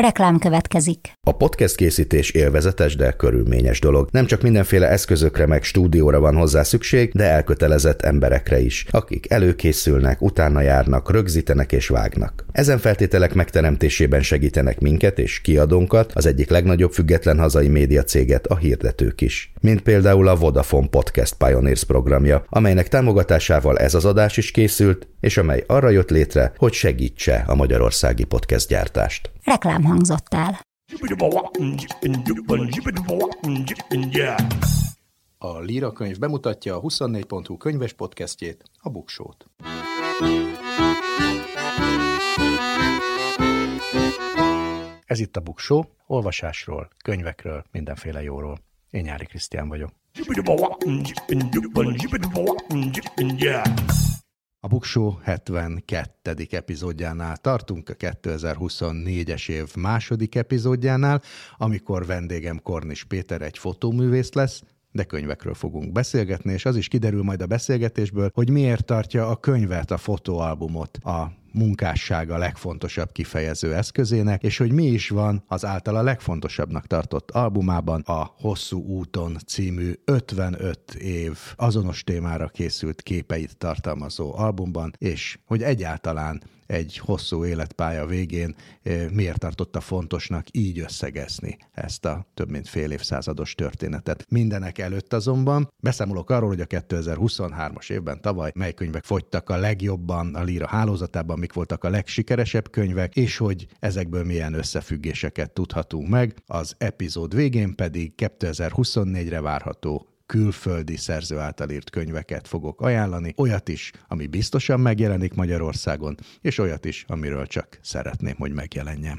Reklám következik. A podcast készítés élvezetes, de körülményes dolog. Nem csak mindenféle eszközökre meg stúdióra van hozzá szükség, de elkötelezett emberekre is, akik előkészülnek, utána járnak, rögzítenek és vágnak. Ezen feltételek megteremtésében segítenek minket és kiadónkat, az egyik legnagyobb független hazai médiacéget, a hirdetők is. Mint például a Vodafone Podcast Pioneers programja, amelynek támogatásával ez az adás is készült, és amely arra jött létre, hogy segítse a magyarországi podcast gyártást. Reklám hangzott el. A Líra könyv bemutatja a 24.hu könyves podcastjét, a Buksót. Ez itt a Buksó, olvasásról, könyvekről, mindenféle jóról. Én Nyári Krisztián vagyok. A Buksó 72. epizódjánál tartunk, a 2024-es év második epizódjánál, amikor vendégem Kornis Péter egy fotóművész lesz, de könyvekről fogunk beszélgetni, és az is kiderül majd a beszélgetésből, hogy miért tartja a könyvet, a fotóalbumot a munkássága legfontosabb kifejező eszközének, és hogy mi is van az általa legfontosabbnak tartott albumában, a Hosszú úton című 55 év azonos témára készült képeit tartalmazó albumban, és hogy egyáltalán egy hosszú életpálya végén miért tartotta fontosnak így összegezni ezt a több mint fél évszázados történetet. Mindenek előtt azonban beszámolok arról, hogy a 2023-as évben tavaly mely könyvek fogytak a legjobban a Líra hálózatában, mik voltak a legsikeresebb könyvek, és hogy ezekből milyen összefüggéseket tudhatunk meg. Az epizód végén pedig 2024-re várható külföldi szerző által írt könyveket fogok ajánlani, olyat is, ami biztosan megjelenik Magyarországon, és olyat is, amiről csak szeretném, hogy megjelenjen.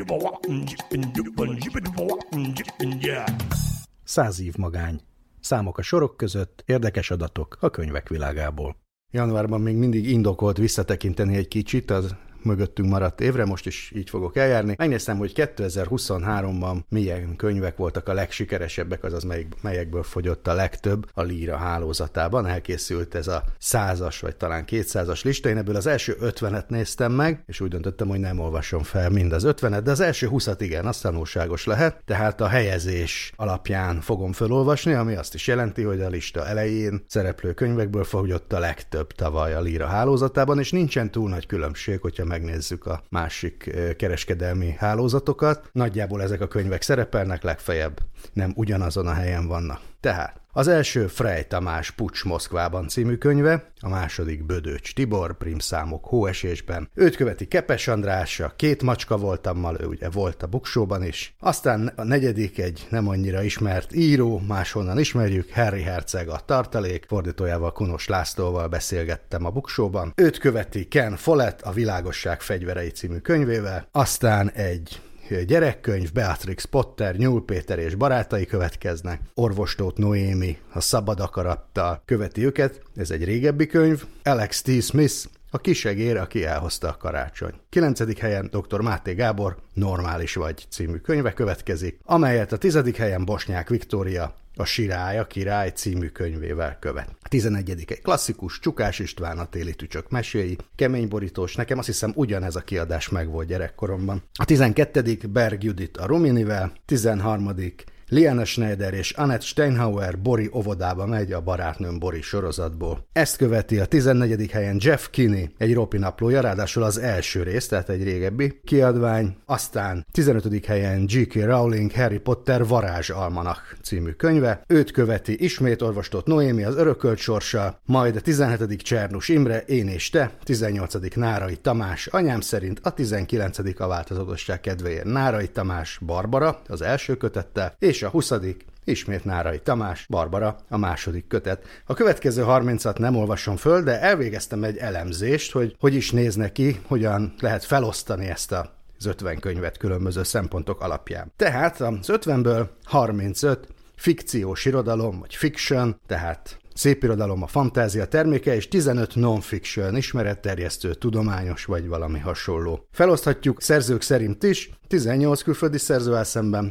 100 év magány. Számok a sorok között, érdekes adatok a könyvek világából. Januárban még mindig indokolt visszatekinteni egy kicsit az mögöttünk maradt évre, most is így fogok eljárni. Megnéztem, hogy 2023-ban milyen könyvek voltak a legsikeresebbek, azaz melyekből fogyott a legtöbb a Líra hálózatában. Elkészült ez a 100-as vagy talán 200-as lista. Én ebből az első 50-et néztem meg, és úgy döntöttem, hogy nem olvasom fel mind az 50-et, de az első 20-at igen, az tanulságos lehet. Tehát a helyezés alapján fogom felolvasni, ami azt is jelenti, hogy a lista elején szereplő könyvekből fogyott a legtöbb tavaly a Líra hálózatában, és nincsen túl nagy különbség, hogyha megnézzük a másik kereskedelmi hálózatokat. Nagyjából ezek a könyvek szerepelnek, legfeljebb nem ugyanazon a helyen vannak. Tehát az első Frey Tamás Pucs Moszkvában című könyve, a második Bödöcs Tibor Prímszámok hóesésben, őt követi Kepes András, a Két macska voltammal, ő ugye volt a Buksóban is. Aztán a negyedik egy nem annyira ismert író, máshonnan ismerjük, Henry Herceg a Tartalék, fordítójával Kunos Lászlóval beszélgettem a Buksóban. Őt követi Ken Follett a Világosság fegyverei című könyvével, aztán egy gyerekkönyv, Beatrix Potter, Nyúl Péter és barátai következnek, Orvostóth Noémi a Szabad akarattal követi őket, ez egy régebbi könyv, Alex T. Smith, a kisegér, aki elhozta a karácsony. 9. helyen dr. Máté Gábor, Normális vagy című könyve következik, amelyet a 10. helyen Bosnyák Viktória, a Sirály, a király című könyvével követ. A 11. egy klasszikus, Csukás István, a Téli tücsök meséi, kemény borítós, nekem azt hiszem ugyanez a kiadás megvolt gyerekkoromban. A 12. Berg Judit a Ruminivel, 13. Liana Schneider és Annette Steinhauer Bori óvodába megy a Barátnőm Bori sorozatból. Ezt követi a 14. helyen Jeff Kinney, egy Ropi naplója, ráadásul az első rész, tehát egy régebbi kiadvány. Aztán 15. helyen J.K. Rowling Harry Potter Varázs Almanach című könyve. Őt követi ismét Orvostóth Noémi az Örökölt sorsa, majd a 17. Csernus Imre Én és te, 18. Nárai Tamás Anyám szerint, a 19. a változatosság kedvéért Nárai Tamás Barbara az első kötettel, és a 20. ismét Nárai Tamás, Barbara, a második kötet. A következő 30-at nem olvasom föl, de elvégeztem egy elemzést, hogy is néz neki, hogyan lehet felosztani ezt az 50 könyvet különböző szempontok alapján. Tehát az 50-ből 35 fikciós irodalom, vagy fiction, tehát szépirodalom, a fantázia terméke, és 15 non-fiction, ismeretterjesztő, tudományos vagy valami hasonló. Feloszthatjuk szerzők szerint is, 18 külföldi szerzővel szemben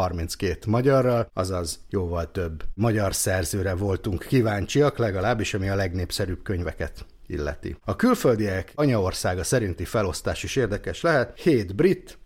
32 magyarral, azaz jóval több magyar szerzőre voltunk kíváncsiak, legalábbis ami a legnépszerűbb könyveket illeti. A külföldiek anyaországa szerinti felosztás is érdekes lehet, 7 brit,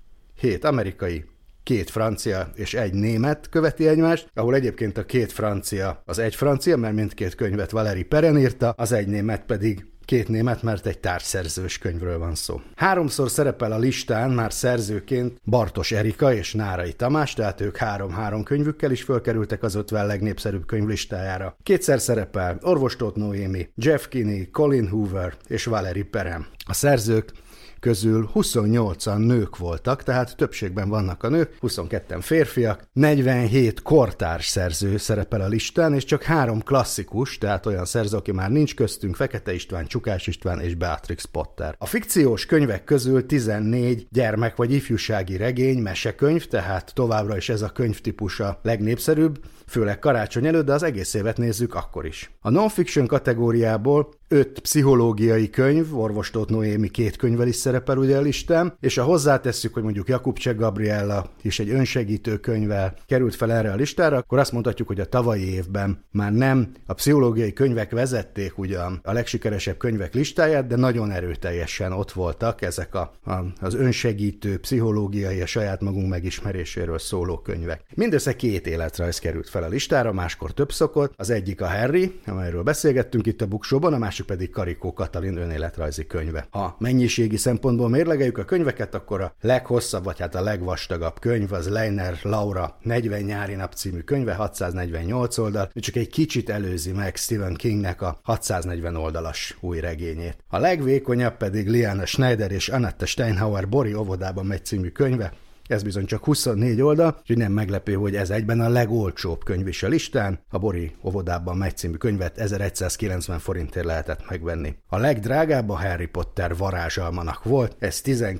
7 amerikai, 2 francia és 1 német követi egymást, ahol egyébként a 2 francia az 1 francia, mert mindkét könyvet Valéry Perrin írta, az 1 német pedig 2 német, mert egy társszerzős könyvről van szó. 3-szor szerepel a listán már szerzőként Bartos Erika és Nárai Tamás, tehát ők 3-3 könyvükkel is fölkerültek az 50 legnépszerűbb könyv listájára. 2-szer szerepel Orvos Tóth Noémi, Jeff Kinney, Colin Hoover és Valéry Perrin. A szerzők közül 28-an nők voltak, tehát többségben vannak a nők, 22-en férfiak, 47 kortárs szerző szerepel a listán, és csak 3 klasszikus, tehát olyan szerző, aki már nincs köztünk, Fekete István, Csukás István és Beatrix Potter. A fikciós könyvek közül 14 gyermek vagy ifjúsági regény, mesekönyv, tehát továbbra is ez a könyvtípus a legnépszerűbb, főleg karácsony előtt, de az egész évet nézzük akkor is. A non-fiction kategóriából 5 pszichológiai könyv, Orvos Tóth Noémi 2 könyvvel is szerepel ugye a listán, és ha hozzátesszük, hogy mondjuk Jakubcsek Gabriella is egy önsegítő könyvvel került fel erre a listára, akkor azt mondhatjuk, hogy a tavalyi évben már nem a pszichológiai könyvek vezették ugyan a legsikeresebb könyvek listáját, de nagyon erőteljesen ott voltak ezek az önsegítő, pszichológiai, a saját magunk megismeréséről szóló könyvek. Mindössze 2 életrajz került fel a listára, máskor több szokott. Az egyik a Harry, amelyről beszélgettünk itt a Bookshow-ban, a másik pedig Karikó Katalin önéletrajzi könyve. Ha mennyiségi szempontból mérlegeljük a könyveket, akkor a leghosszabb, vagy hát a legvastagabb könyv az Leiner Laura 40 nyári nap című könyve, 648 oldal, csak egy kicsit előzi meg Stephen Kingnek a 640 oldalas új regényét. A legvékonyabb pedig Liana Schneider és Annette Steinhauer Bori óvodában megy című könyve, ez bizony csak 24 oldal, úgyhogy nem meglepő, hogy ez egyben a legolcsóbb könyv is a listán. A Bori óvodában megy című könyvet 1190 forintért lehetett megvenni. A legdrágább a Harry Potter varázsalmanak volt, ez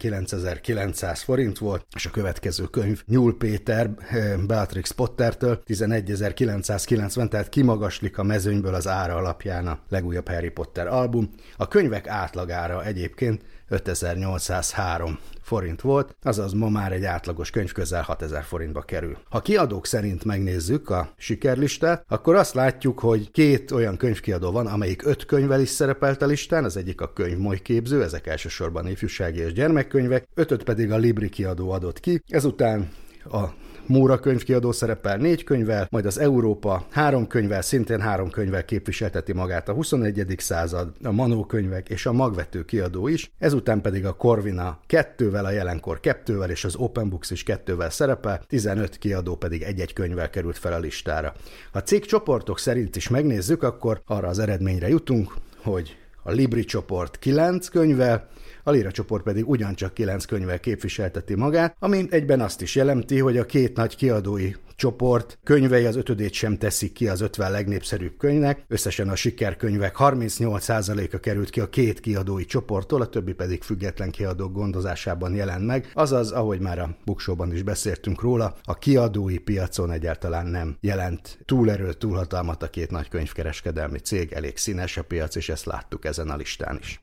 19.900 forint volt, és a következő könyv Nyúl Péter Beatrix Pottertől 11.990, tehát kimagaslik a mezőnyből az ára alapján a legújabb Harry Potter album. A könyvek átlagára egyébként 5803 forint volt, azaz ma már egy átlagos könyv közel 6000 forintba kerül. Ha kiadók szerint megnézzük a sikerlistát, akkor azt látjuk, hogy 2 olyan könyvkiadó van, amelyik 5 könyvvel is szerepelt a listán, az egyik a Könyvmoly Képző, ezek elsősorban ifjúsági és gyermekkönyvek, 5-öt pedig a Libri kiadó adott ki, ezután a Móra könyvkiadó szerepel 4 könyvvel, majd az Európa 3 könyvvel, szintén 3 könyvvel képviselteti magát a 21. század, a Manó könyvek és a Magvető kiadó is, ezután pedig a Corvina 2-vel, a Jelenkor 2-vel és az Open Books is 2-vel szerepel, 15 kiadó pedig egy-egy könyvvel került fel a listára. Ha cikkcsoportok szerint is megnézzük, akkor arra az eredményre jutunk, hogy a Libri csoport 9 könyvvel, a Lira csoport pedig ugyancsak 9 könyvvel képviselteti magát, ami egyben azt is jelenti, hogy a 2 nagy kiadói csoport könyvei az 5-ét sem teszik ki az 50 legnépszerűbb könyvnek, összesen a sikerkönyvek 38%-a került ki a 2 kiadói csoporttól, a többi pedig független kiadók gondozásában jelent meg, azaz, ahogy már a Bookshowban is beszéltünk róla, a kiadói piacon egyáltalán nem jelent túlerőt, túlhatalmat a 2 nagy könyvkereskedelmi cég, elég színes a piac, és ezt láttuk ezen a listán is.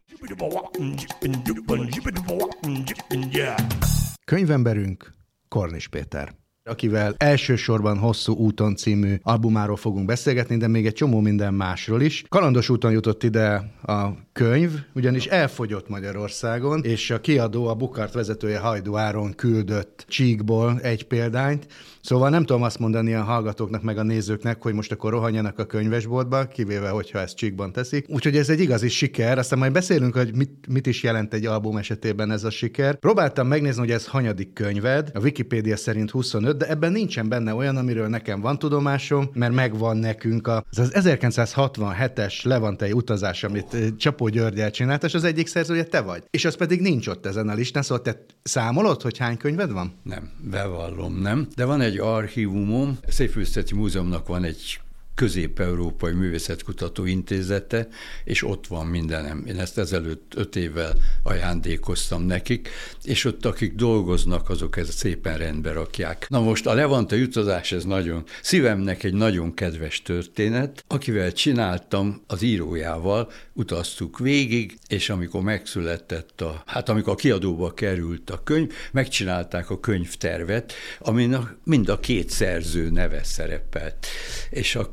Könyvemberünk Kornis Péter, akivel elsősorban Hosszú úton című albumáról fogunk beszélgetni, de még egy csomó minden másról is. Kalandos úton jutott ide a könyv, ugyanis elfogyott Magyarországon, és a kiadó, a Bukart vezetője Hajdú Áron küldött Csíkból egy példányt. Szóval nem tudom azt mondani a hallgatóknak meg a nézőknek, hogy most akkor rohanjanak a könyvesboltba, kivéve, hogyha ezt Csíkban teszik. Úgyhogy ez egy igazi siker, aztán majd beszélünk, hogy mit is jelent egy album esetében ez a siker. Próbáltam megnézni, hogy ez hanyadik könyved, a Wikipédia szerint 25, de ebben nincsen benne olyan, amiről nekem van tudomásom, mert megvan nekünk az 1967-es levantei utazás, amit Csapó Györgyel csinált, és az egyik szerzője te vagy. És az pedig nincs ott ezen a listán, szóval te számolod, hogy hány könyved van? Nem, bevallom, nem. De van egy archívumom, a Szépművészeti Múzeumnak van egy Közép-Európai Művészetkutató Intézete, és ott van mindenem. Én ezt ezelőtt 5 évvel ajándékoztam nekik, és ott akik dolgoznak, azok ezt szépen rendbe rakják. Na most a levantei utazás, ez nagyon szívemnek egy nagyon kedves történet. Akivel csináltam, az írójával utaztuk végig, és amikor megszületett amikor a kiadóba került a könyv, megcsinálták a könyvtervet, amin mind a 2 szerző neve szerepelt. És akkor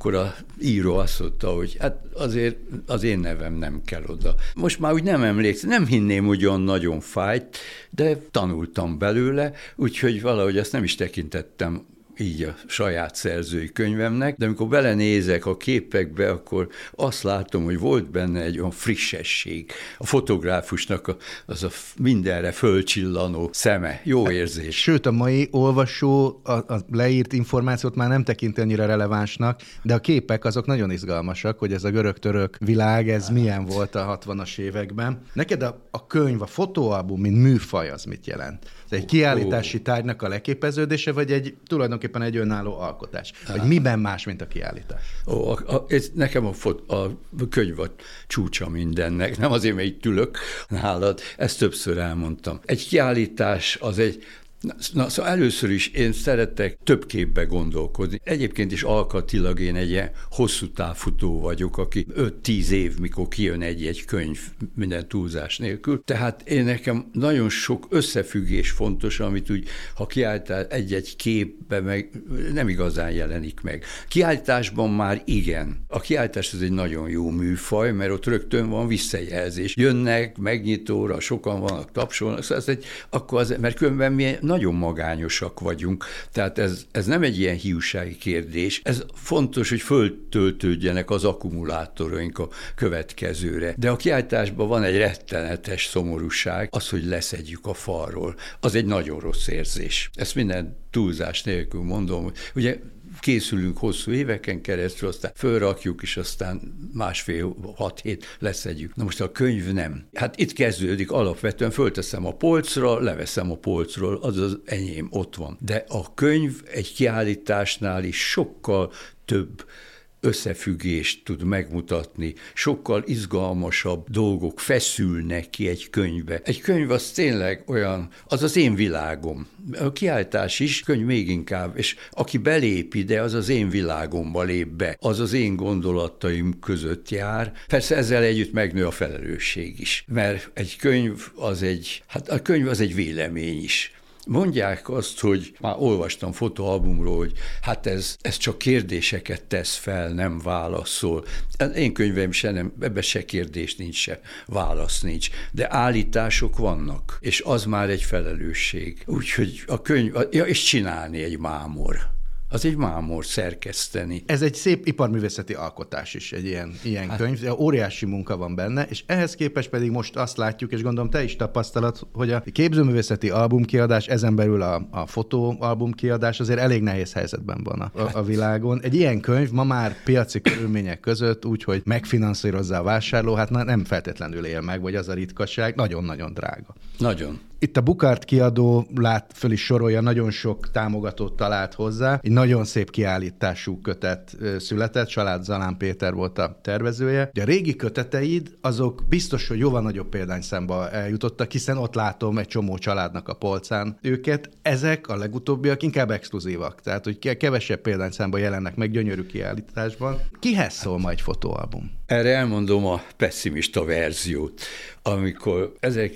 akkor a író azt mondta, hogy hát azért az én nevem nem kell oda. Most már úgy nem emlékszem, nem hinném, hogy olyan nagyon fájt, de tanultam belőle, úgyhogy valahogy azt nem is tekintettem így a saját szerzői könyvemnek, de amikor belenézek a képekbe, akkor azt látom, hogy volt benne egy olyan frissesség. A fotográfusnak az a mindenre fölcsillanó szeme, jó érzés. Sőt, a mai olvasó a leírt információt már nem tekint annyira relevánsnak, de a képek azok nagyon izgalmasak, hogy ez a görög-török világ, ez milyen volt a 60-as években. Neked a könyv, a fotóalbum, mint műfaj, az mit jelent? Ez egy kiállítási tárgynak a leképeződése, vagy tulajdonképpen egy önálló alkotás? Vagy miben más, mint a kiállítás? Nekem a könyv a csúcsa mindennek, nem azért, mert itt ülök nálad, ezt többször elmondtam. Egy kiállítás az egy szóval először is én szeretek több képbe gondolkodni. Egyébként is alkatilag én egy ilyen hosszú távfutó vagyok, aki 5-10 év, mikor kijön egy könyv, minden túlzás nélkül. Tehát én nekem nagyon sok összefüggés fontos, amit úgy, ha kiállítál egy-egy képbe, meg nem igazán jelenik meg. Kiállításban már igen. A kiállítás ez egy nagyon jó műfaj, mert ott rögtön van visszajelzés. Jönnek megnyitóra, sokan vannak, tapsolnak, szóval mert különben mi nagyon magányosak vagyunk, tehát ez nem egy ilyen hiúsági kérdés. Ez fontos, hogy föltöltődjenek az akkumulátoraink a következőre. De a kiállításban van egy rettenetes szomorúság, az, hogy leszedjük a falról. Az egy nagyon rossz érzés. Ezt minden túlzás nélkül mondom, hogy ugye készülünk hosszú éveken keresztül, aztán fölrakjuk, és aztán 1,5-6 hét leszedjük. Na most a könyv nem. Hát itt kezdődik alapvetően, fölteszem a polcra, leveszem a polcról, az enyém, ott van. De a könyv egy kiállításnál is sokkal több összefüggést tud megmutatni, sokkal izgalmasabb dolgok feszülnek ki egy könyvbe. Egy könyv az tényleg olyan, az az én világom. A kiállítás is, könyv még inkább, és aki belép ide, az az én világomba lép be, az az én gondolataim között jár. Persze ezzel együtt megnő a felelősség is, mert egy könyv az egy vélemény is. Mondják azt, hogy már olvastam fotóalbumról, hogy hát ez csak kérdéseket tesz fel, nem válaszol. Én könyveim se nem, ebben se kérdés nincs, se válasz nincs. De állítások vannak, és az már egy felelősség. Úgyhogy a könyv, és csinálni egy mámor. Az egy mámor szerkeszteni. Ez egy szép iparművészeti alkotás is, egy ilyen könyv. Óriási munka van benne, és ehhez képest pedig most azt látjuk, és gondolom te is tapasztalat, hogy a képzőművészeti albumkiadás, ezen belül a fotóalbumkiadás azért elég nehéz helyzetben van a világon. Egy ilyen könyv ma már piaci körülmények között úgy, hogy megfinanszírozza a vásárló, hát nem feltétlenül él meg, vagy az a ritkaság, nagyon-nagyon drága. Nagyon. Itt a Bukart kiadó föl is sorolja, nagyon sok támogatót talált hozzá. Egy nagyon szép kiállítású kötet született, Salád Zalán Péter volt a tervezője. A régi köteteid, azok biztos, hogy jóval nagyobb példányszámba eljutottak, hiszen ott látom egy csomó családnak a polcán őket. Ezek a legutóbbiak inkább exkluzívak, tehát hogy kevesebb példányszámban jelennek meg gyönyörű kiállításban. Kihez szól ma egy fotóalbum? Erre elmondom a pessimista verziót. Amikor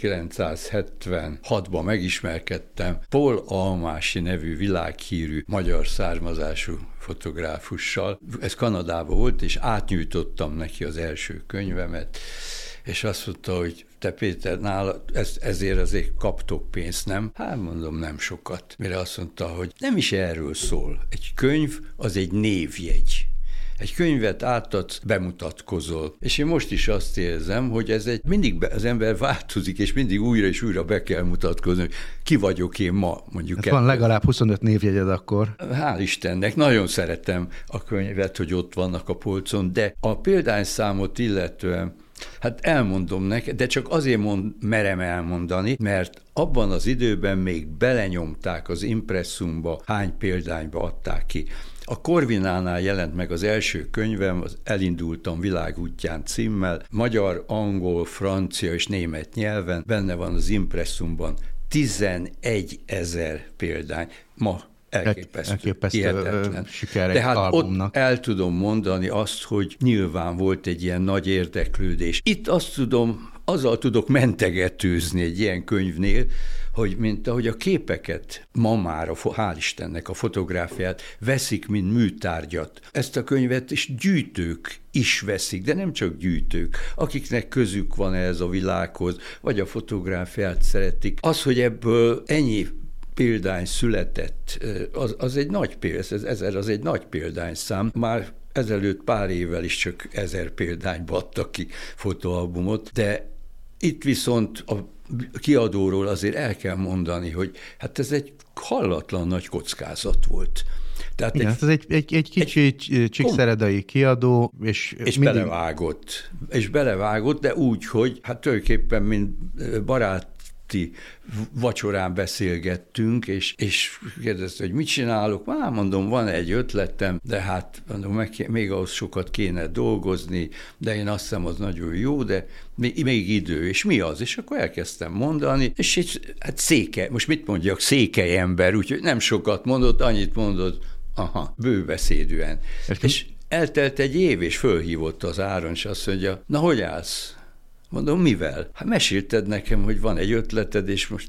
1976-ban megismerkedtem Paul Almási nevű világhírű magyar származású fotográfussal, ez Kanadában volt, és átnyújtottam neki az első könyvemet, és azt mondta, hogy te Péter, nála ezért azért kaptok pénzt, nem? Hát mondom, nem sokat. Mire azt mondta, hogy nem is erről szól. Egy könyv az egy névjegy. Egy könyvet átadsz, bemutatkozol. És én most is azt érzem, hogy mindig az ember változik, és mindig újra és újra be kell mutatkozni, hogy ki vagyok én ma, mondjuk. Hát van legalább 25 névjegyed akkor. Hál' Istennek, nagyon szeretem a könyvet, hogy ott vannak a polcon, de a példányszámot illetően, hát elmondom neked, de csak azért merem elmondani, mert abban az időben még belenyomták az impresszumba, hány példányba adták ki. A Corvinánál jelent meg az első könyvem, az Elindultam világútján címmel, magyar, angol, francia és német nyelven, benne van az impresszumban 11 000 példány. Ma elképesztő hihetetlen. Siker Tehát albumnak. Ott el tudom mondani azt, hogy nyilván volt egy ilyen nagy érdeklődés. Itt azzal tudok mentegetőzni egy ilyen könyvnél, hogy mint ahogy a képeket ma már, hál' Istennek a fotográfiát veszik, mint műtárgyat. Ezt a könyvet is gyűjtők is veszik, de nem csak gyűjtők, akiknek közük van ehhez a világhoz, vagy a fotográfiát szeretik. Az, hogy ebből ennyi példány született, az egy nagy példány, 1000 az egy nagy példányszám. Már ezelőtt pár évvel is csak 1000 példányba adtak ki fotóalbumot, de itt viszont a kiadóról azért el kell mondani, hogy hát ez egy hallatlan nagy kockázat volt. Tehát igen, ez egy kicsi csíkszeredai kiadó, és mindig... belevágott, de úgy, hogy hát tulajdonképpen mint baráti vacsorán beszélgettünk, és kérdezte, hogy mit csinálok. Mondom, van egy ötletem, de hát mondom, még ahhoz sokat kéne dolgozni, de én azt hiszem, az nagyon jó, de még idő, és mi az? És akkor elkezdtem mondani, és hát most mit mondjak, székely ember, úgyhogy nem sokat mondott, annyit mondott, bőbeszédűen. És eltelt egy év, és fölhívott az Áron, és azt mondja, na, hogy állsz? Mondom, mivel? Hát mesélted nekem, hogy van egy ötleted, és most...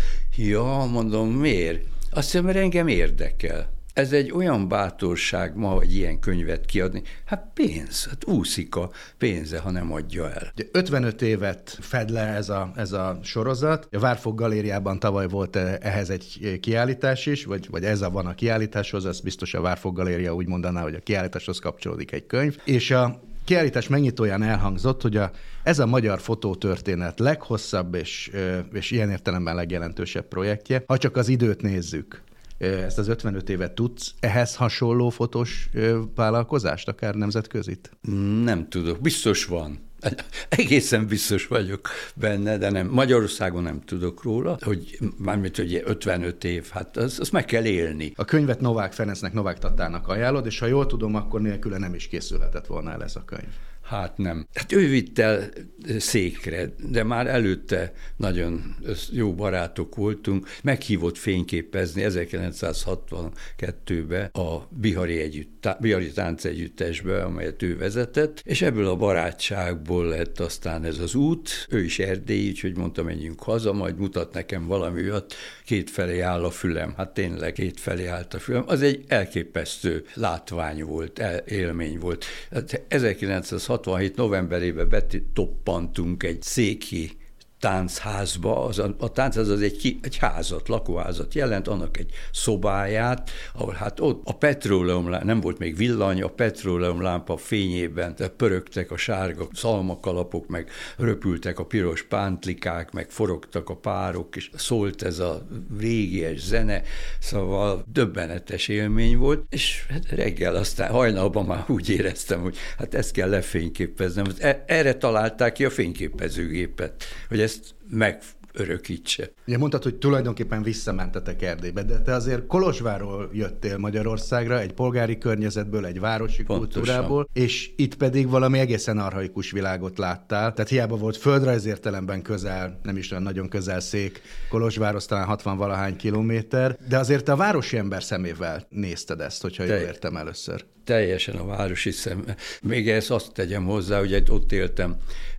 mondom, miért? Azt mondja, mert engem érdekel. Ez egy olyan bátorság ma, hogy ilyen könyvet kiadni. Hát pénz, hát úszik a pénze, ha nem adja el. 55 évet fed le ez a sorozat. A Várfok Galériában tavaly volt ehhez egy kiállítás is, vagy ez van a kiállításhoz, ez biztos a Várfok Galéria úgy mondaná, hogy a kiállításhoz kapcsolódik egy könyv. És a kiállítás megnyitóján elhangzott, hogy ez a magyar fotótörténet leghosszabb és ilyen értelemben legjelentősebb projektje, ha csak az időt nézzük. Ezt az 55 évet tudsz ehhez hasonló fotós vállalkozást, akár nemzetközit? Nem tudok, biztos van. Egészen biztos vagyok benne, de nem. Magyarországon nem tudok róla, hogy mármint, hogy 55 év, hát azt meg kell élni. A könyvet Novák Ferencnek, Novák Tatának ajánlod, és ha jól tudom, akkor nélküle nem is készülhetett volna el ez a könyv. Hát nem. Hát ő vitt el székre, de már előtte nagyon jó barátok voltunk. Meghívott fényképezni 1962-ben a Bihari Táncegyüttesbe, amelyet ő vezetett, és ebből a barátságból lett aztán ez az út. Ő is erdélyi, úgyhogy mondta, menjünk haza, majd mutat nekem valami olyat, kétfelé áll a fülem. Hát tényleg kétfelé állt a fülem. Az egy elképesztő látvány volt, élmény volt. Hát 1967 novemberében betoppantunk egy széki táncházba, a táncház az egy házat, lakóházat jelent, annak egy szobáját, ahol hát ott a petróleumlámpa, nem volt még villany, a petróleumlámpa fényében pörögtek a sárga szalmakalapok, meg röpültek a piros pántlikák, meg forogtak a párok, és szólt ez a régies zene, szóval döbbenetes élmény volt, és hát reggel aztán hajnalban már úgy éreztem, hogy hát ezt kell lefényképeznem. Erre találták ki a fényképezőgépet, hogy ezt megörökítse. Ugye mondtad, hogy tulajdonképpen visszamentetek Erdélybe, de te azért Kolozsvárról jöttél Magyarországra, egy polgári környezetből, egy városi kultúrából, és itt pedig valami egészen archaikus világot láttál. Tehát hiába volt földrajzi értelemben közel, nem is olyan nagyon közel Szék, Kolozsvárhoz talán 60-valahány kilométer, de azért a városi ember szemével nézted ezt, hogyha jól értem először. Teljesen a városi szemmel. Még ezt azt tegyem hozzá, hogy ott éltem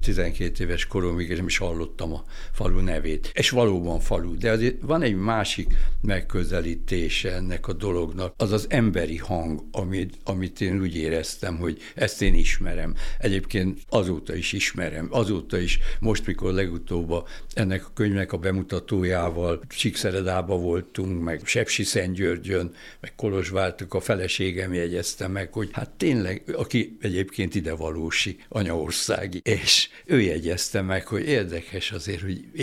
12 éves koromig, és nem is hallottam a falu nevét. És valóban falu, de azért van egy másik megközelítése ennek a dolognak, az az emberi hang, amit én úgy éreztem, hogy ezt én ismerem. Egyébként azóta is ismerem, azóta is, most mikor legutóbb ennek a könyvnek a bemutatójával Csíkszeredában voltunk, meg Sepsiszentgyörgyön, meg Kolozsvártok, a feleségem jegyezte meg, hogy hát tényleg, aki egyébként idevalósi, anyaországi, és ő jegyezte meg, hogy érdekes azért,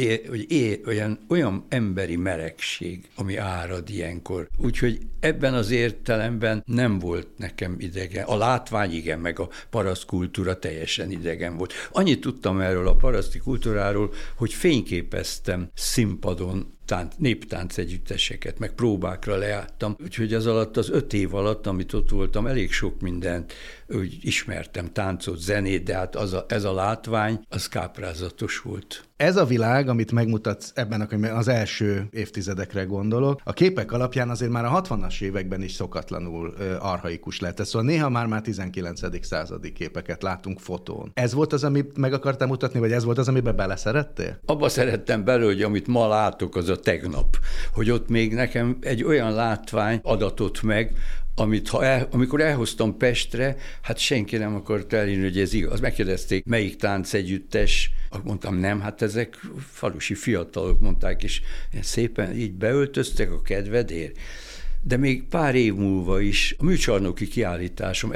hogy olyan emberi melegség, ami árad ilyenkor. Úgyhogy ebben az értelemben nem volt nekem idegen. A látvány igen, meg a parasztkultúra teljesen idegen volt. Annyit tudtam erről a paraszti kultúráról, hogy fényképeztem színpadon néptáncegyütteseket, meg próbákra leálltam. Úgyhogy az alatt, az 5 év alatt, amit ott voltam, elég sok mindent úgy ismertem táncot, zenét, de hát ez a látvány, az káprázatos volt. Ez a világ, amit megmutatsz ebben a könyvben, az első évtizedekre gondolok, a képek alapján azért már a 60-as években is szokatlanul archaikus lett. Szóval néha már 19. századi képeket látunk fotón. Ez volt az, amit meg akartál mutatni, vagy ez volt az, amiben beleszerettél? Abba szerettem bele, hogy amit ma látok, az a tegnap. Hogy ott még nekem egy olyan látvány adatott meg, amit amikor elhoztam Pestre, hát senki nem akart elhinni, hogy ez igaz. Megkérdezték, melyik táncegyüttes, mondtam, nem, hát ezek falusi fiatalok, mondták, és szépen így beöltöztek a kedvedért. De még pár év múlva is a műcsarnoki kiállításom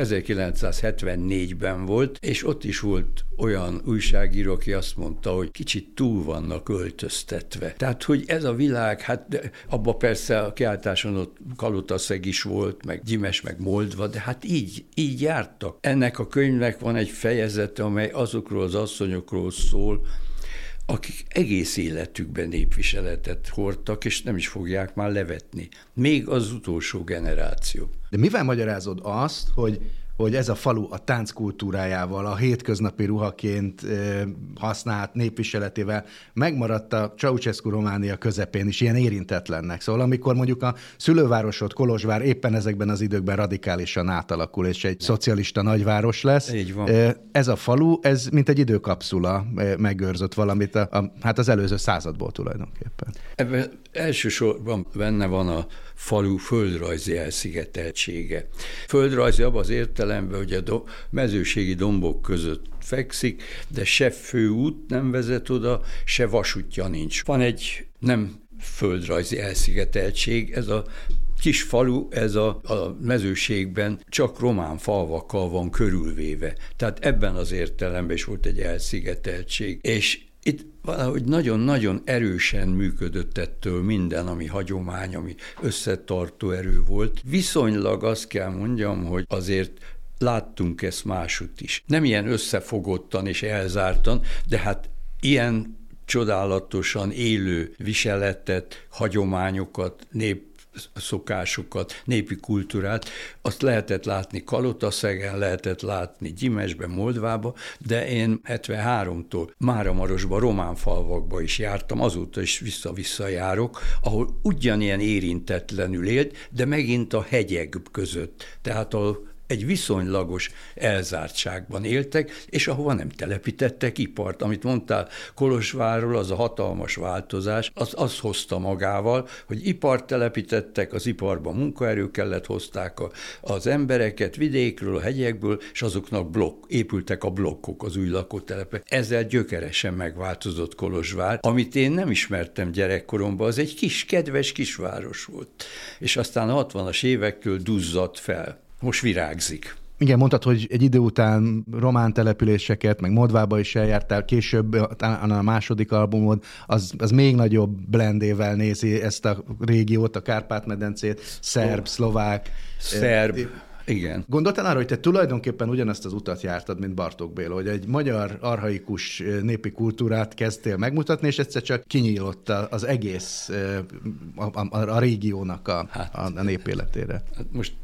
1974-ben volt, és ott is volt olyan újságíró, aki azt mondta, hogy kicsit túl vannak öltöztetve. Tehát, hogy ez a világ, hát abban persze a kiállításon ott Kalotaszeg is volt, meg Gyimes, meg Moldva, de hát így jártak. Ennek a könyvnek van egy fejezete, amely azokról az asszonyokról szól, akik egész életükben népviseletet hordtak, és nem is fogják már levetni. Még az utolsó generáció. De mivel magyarázod azt, hogy ez a falu a tánckultúrájával, a hétköznapi ruhaként használt népviseletével megmaradt a Ceausescu Románia közepén is ilyen érintetlennek. Szóval amikor mondjuk a szülővárosod, Kolozsvár éppen ezekben az időkben radikálisan átalakul, és egy szocialista nagyváros lesz, így van. Ez a falu, ez mint egy időkapszula megőrzött valamit hát az előző századból tulajdonképpen. Ebben elsősorban benne van a falu földrajzi elszigeteltsége. Földrajzi abban az értelemben, hogy a mezőségi dombok között fekszik, de se főút nem vezet oda, se vasútja nincs. Van egy nem földrajzi elszigeteltség, ez a kis falu, ez a mezőségben csak román falvakkal van körülvéve. Tehát ebben az értelemben is volt egy elszigeteltség. És itt valahogy nagyon-nagyon erősen működött ettől minden, ami hagyomány, ami összetartó erő volt. Viszonylag azt kell mondjam, hogy azért láttunk ezt másutt is. Nem ilyen összefogottan és elzártan, de hát ilyen csodálatosan élő viseletet, hagyományokat, szokásokat, népi kultúrát, azt lehetett látni Kalotaszegen, lehetett látni Gyimesben, Moldvába, de én 73-tól Máramarosba, román falvakba is jártam, azóta is vissza-vissza járok, ahol ugyanilyen érintetlenül élt, de megint a hegyek között. Tehát egy viszonylagos elzártságban éltek, és ahova nem telepítettek ipart. Amit mondtál Kolozsvárról, az a hatalmas változás, az hozta magával, hogy ipart telepítettek, az iparban munkaerő kellett, hozták az embereket vidékről, a hegyekből, és azoknak épültek a blokkok, az új lakótelepek. Ezzel gyökeresen megváltozott Kolozsvár, amit én nem ismertem gyerekkoromban, az egy kis, kedves kisváros volt. És aztán a 60-as évektől duzzadt fel. Most virágzik. Igen, mondtad, hogy egy idő után román településeket, meg Moldvába is eljártál, később a második albumod, az még nagyobb blendével nézi ezt a régiót, a Kárpát-medencét, szerb, szlovák. Szerb. Igen. Gondoltál arra, hogy te tulajdonképpen ugyanazt az utat jártad, mint Bartók Béla, hogy egy magyar archaikus népi kultúrát kezdtél megmutatni, és egyszer csak kinyílott az egész a régiónak a népéletére. Hát most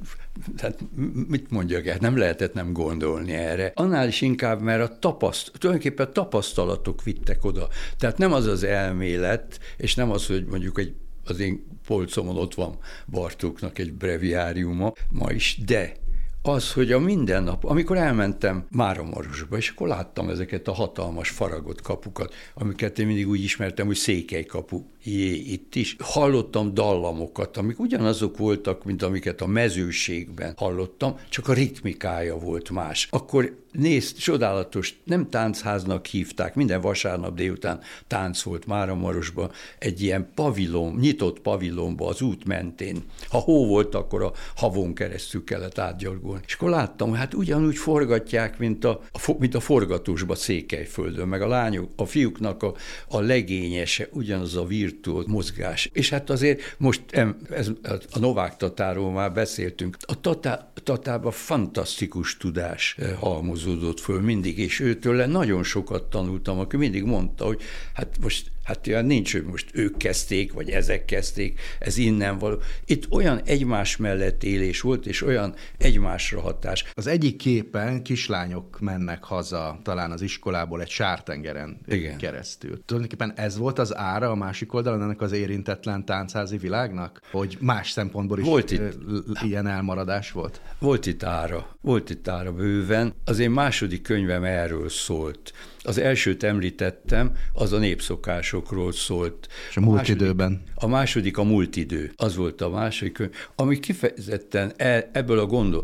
mit mondjak el? Nem lehetett nem gondolni erre. Annál is inkább, mert tulajdonképpen tapasztalatok vittek oda. Tehát nem az az elmélet, és nem az, hogy mondjuk az én polcomon ott van Bartóknak egy breviáriuma ma is, de az, hogy a mindennap, amikor elmentem Máramarosba, és akkor láttam ezeket a hatalmas faragott kapukat, amiket én mindig úgy ismertem, hogy székelykapu, itt is. Hallottam dallamokat, amik ugyanazok voltak, mint amiket a mezőségben hallottam, csak a ritmikája volt más. Akkor nézd, csodálatos, nem táncháznak hívták, minden vasárnap délután tánc volt Máramarosban, egy ilyen pavilon, nyitott pavilonba az út mentén. Ha hó volt, akkor a havon keresztül kellett átgyalogolni. És akkor láttam, hogy hát ugyanúgy forgatják, mint a forgatósba Székelyföldön, meg a lányok, a fiúknak a legényese, ugyanaz a virtuóz mozgás. És hát azért most a Novák Tatáról már beszéltünk. A Tatában fantasztikus tudás halmozódott föl mindig, és őtől nagyon sokat tanultam, aki mindig mondta, hogy hát most Hát olyan nincs, hogy most ők kezdték, vagy ezek kezdték, ez innen való. Itt olyan egymás mellett élés volt, és olyan egymásra hatás. Az egyik képen kislányok mennek haza talán az iskolából egy sártengeren keresztül. Tulajdonképpen ez volt az ára a másik oldalon ennek az érintetlen táncházi világnak? Hogy más szempontból is volt ilyen elmaradás volt? Volt itt ára bőven. Az én második könyvem erről szólt. Az elsőt említettem, az a népszokásokról szólt. És a múlt időben? A második a múlt idő. Az volt a második könyv, ami kifejezetten ebből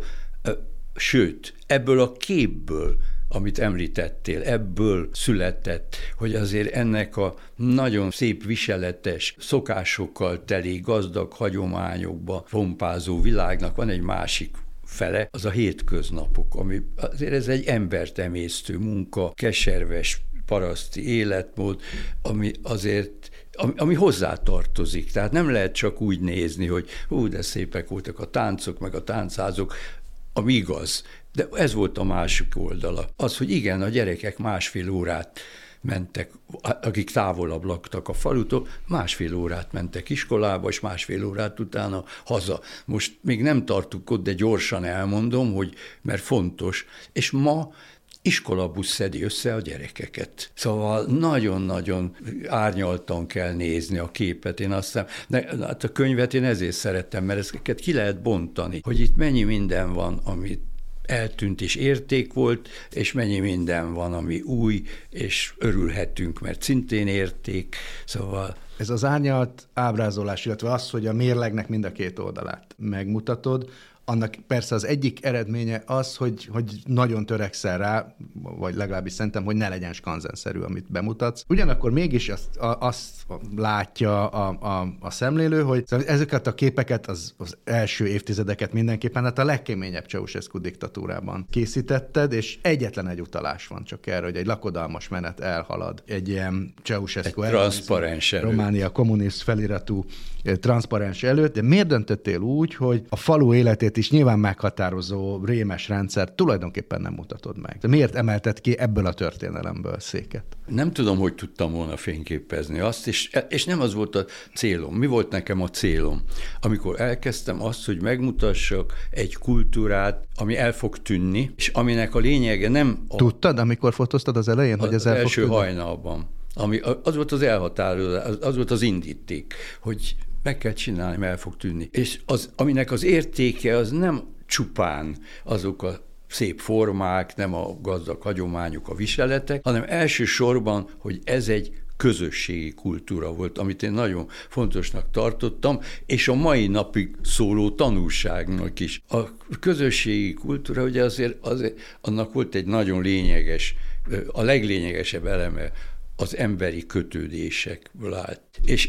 ebből a képből, amit említettél, ebből született, hogy azért ennek a nagyon szép viseletes, szokásokkal teli, gazdag hagyományokba pompázó világnak van egy másik fele, az a hétköznapok, ami azért ez egy embert emésztő munka, keserves paraszti életmód, ami azért ami hozzátartozik. Tehát nem lehet csak úgy nézni, hogy de szépek voltak a táncok, meg a táncházok, ami igaz. De ez volt a másik oldala. Az, hogy igen, a gyerekek másfél órát mentek, akik távolabb laktak a falutól, másfél órát mentek iskolába, és másfél órát utána haza. Most még nem tartunk ott, de gyorsan elmondom, mert fontos. És ma iskolabusz szedi össze a gyerekeket. Szóval nagyon-nagyon árnyaltan kell nézni a képet. Én azt hiszem, hát a könyvet én ezért szerettem, mert ezeket ki lehet bontani, hogy itt mennyi minden van, amit eltűnt és érték volt, és mennyi minden van, ami új, és örülhetünk, mert szintén érték. Szóval ez az árnyalt ábrázolás, illetve az, hogy a mérlegnek mind a két oldalát megmutatod, annak persze az egyik eredménye az, hogy nagyon törekszel rá, vagy legalábbis szerintem, hogy ne legyen skanzenszerű, amit bemutatsz. Ugyanakkor mégis azt látja a szemlélő, hogy ezeket a képeket az első évtizedeket mindenképpen hát a legkeményebb Ceausescu diktatúrában készítetted, és egyetlen egy utalás van csak erre, hogy egy lakodalmas menet elhalad. Egy ilyen Ceausescu transzparens előtt. Románia kommunist feliratú transzparens előtt, de miért döntöttél úgy, hogy a falu életét is nyilván meghatározó rémes rendszer tulajdonképpen nem mutatod meg? De miért emelted ki ebből a történelemből Széket? Nem tudom, hogy tudtam volna fényképezni azt, és nem az volt a célom. Mi volt nekem a célom? Amikor elkezdtem azt, hogy megmutassak egy kultúrát, ami el fog tűnni, és aminek a lényege nem... Tudtad, amikor fotóztad az elején, hogy ez el fog tűnni? Az első hajnalban. Az volt az elhatározás, az volt az indíték, hogy meg kell csinálni, mert el fog tűnni. És aminek az értéke az nem csupán azok a szép formák, nem a gazdag hagyományok, a viseletek, hanem elsősorban, hogy ez egy közösségi kultúra volt, amit én nagyon fontosnak tartottam, és a mai napig szóló tanulságnak is. A közösségi kultúra, ugye azért annak volt egy nagyon lényeges, a leglényegesebb eleme, az emberi kötődésekből állt. És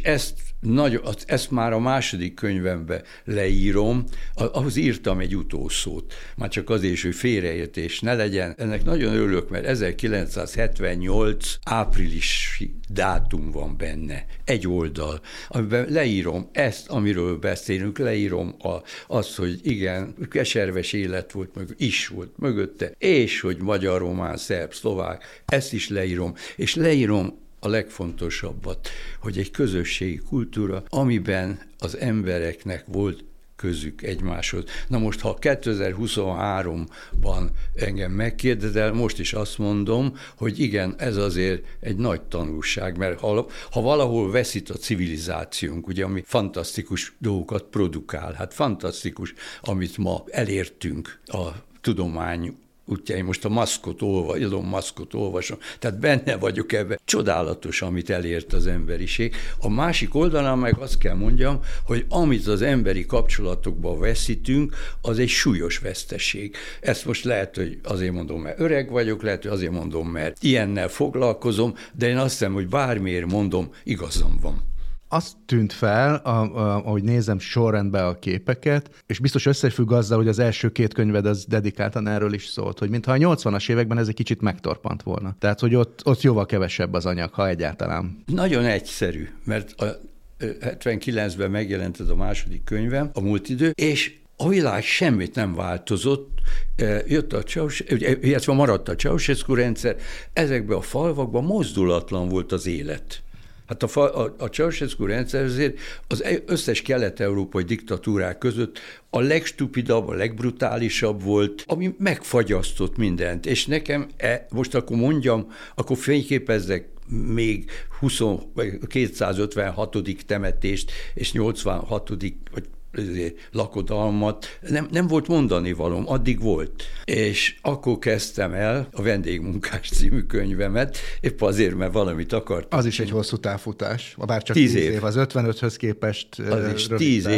ezt már a második könyvemben leírom, ahhoz írtam egy utószót, már csak azért is, hogy félreértés ne legyen. Ennek nagyon örülök, mert 1978 áprilisi dátum van benne, egy oldal, amiben leírom ezt, amiről beszélünk, leírom azt, hogy igen, keserves élet volt, is volt mögötte, és hogy magyar, román, szerb, szlovák, ezt is leírom, és leírom a legfontosabbat, hogy egy közösségi kultúra, amiben az embereknek volt közük egymáshoz. Na most, ha 2023-ban engem megkérdezel, most is azt mondom, hogy igen, ez azért egy nagy tanulság, mert ha valahol veszít a civilizációnk, ugye, ami fantasztikus dolgokat produkál, hát fantasztikus, amit ma elértünk a tudomány útjáin, most a Elon Muskot olvasom, tehát benne vagyok ebben. Csodálatos, amit elért az emberiség. A másik oldalán meg azt kell mondjam, hogy amit az emberi kapcsolatokban veszítünk, az egy súlyos veszteség. Ezt most lehet, hogy azért mondom, mert öreg vagyok, lehet, hogy azért mondom, mert ilyennel foglalkozom, de én azt hiszem, hogy bármiért mondom, igazam van. Azt tűnt fel, ahogy nézem sorrendbe a képeket, és biztos összefügg azzal, hogy az első két könyved az dedikáltan erről is szólt, hogy mintha a 80-as években ez egy kicsit megtorpant volna. Tehát, hogy ott jóval kevesebb az anyag, ha egyáltalán. Nagyon egyszerű, mert a 79-ben megjelent ez a második könyvem, a Múlt idő, és a világ semmit nem változott, illetve maradt a Ceausescu rendszer, ezekben a falvakban mozdulatlan volt az élet. Hát a Ceausescu rendszer azért az összes kelet-európai diktatúrák között a legstupidabb, a legbrutálisabb volt, ami megfagyasztott mindent. És nekem, most akkor mondjam, akkor fényképezzek még 256. temetést és 86. vagy lakodalmat, nem volt mondani valóm, addig volt. És akkor kezdtem el a Vendégmunkás című könyvemet, épp azért, mert valamit akartam. Az is egy hosszú távfutás, bár csak 10 év. Az 55-höz képest az is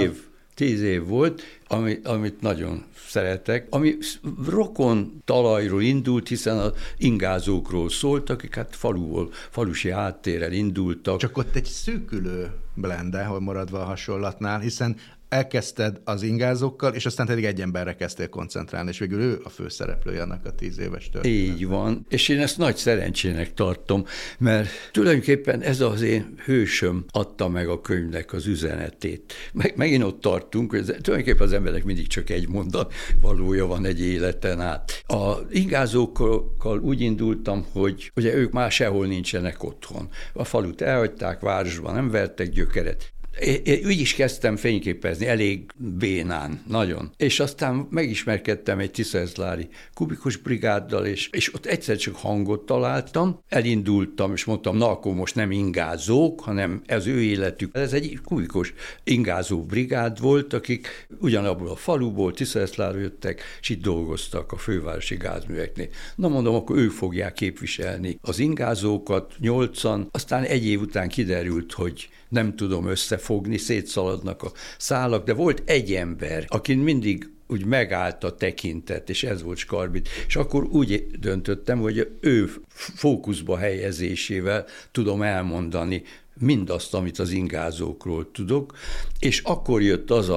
10 év volt, amit nagyon szeretek, ami rokon talajról indult, hiszen az ingázókról szólt, akik hát falusi háttérrel indultak. Csak ott egy szűkülő blende, hogy maradva a hasonlatnál, hiszen elkezdted az ingázókkal, és aztán pedig egy emberre kezdtél koncentrálni, és végül ő a főszereplője annak a 10 éves történetnek. Így van, és én ezt nagy szerencsének tartom, mert tulajdonképpen ez az én hősöm adta meg a könyvnek az üzenetét. Megint ott tartunk, hogy tulajdonképpen az emberek mindig csak egy mondat valója van egy életen át. A ingázókkal úgy indultam, hogy ugye ők már sehol nincsenek otthon. A falut elhagyták, városban nem vertek gyökeret. Én úgy is kezdtem fényképezni, elég bénán, nagyon. És aztán megismerkedtem egy tiszaeszlári kubikus brigáddal, és ott egyszer csak hangot találtam, elindultam, és mondtam, na akkor most nem ingázók, hanem ez ő életük. Ez egy kubikus ingázó brigád volt, akik ugyanabból a faluból, Tiszaeszláról jöttek, és itt dolgoztak a fővárosi gázműveknél. Na mondom, akkor ők fogják képviselni az ingázókat, 8-an, aztán egy év után kiderült, hogy nem tudom összefogni, szétszaladnak a szálak, de volt egy ember, akin mindig úgy megállt a tekintet, és ez volt Skarbit. És akkor úgy döntöttem, hogy ő fókuszba helyezésével tudom elmondani mindazt, amit az ingázókról tudok, és akkor jött az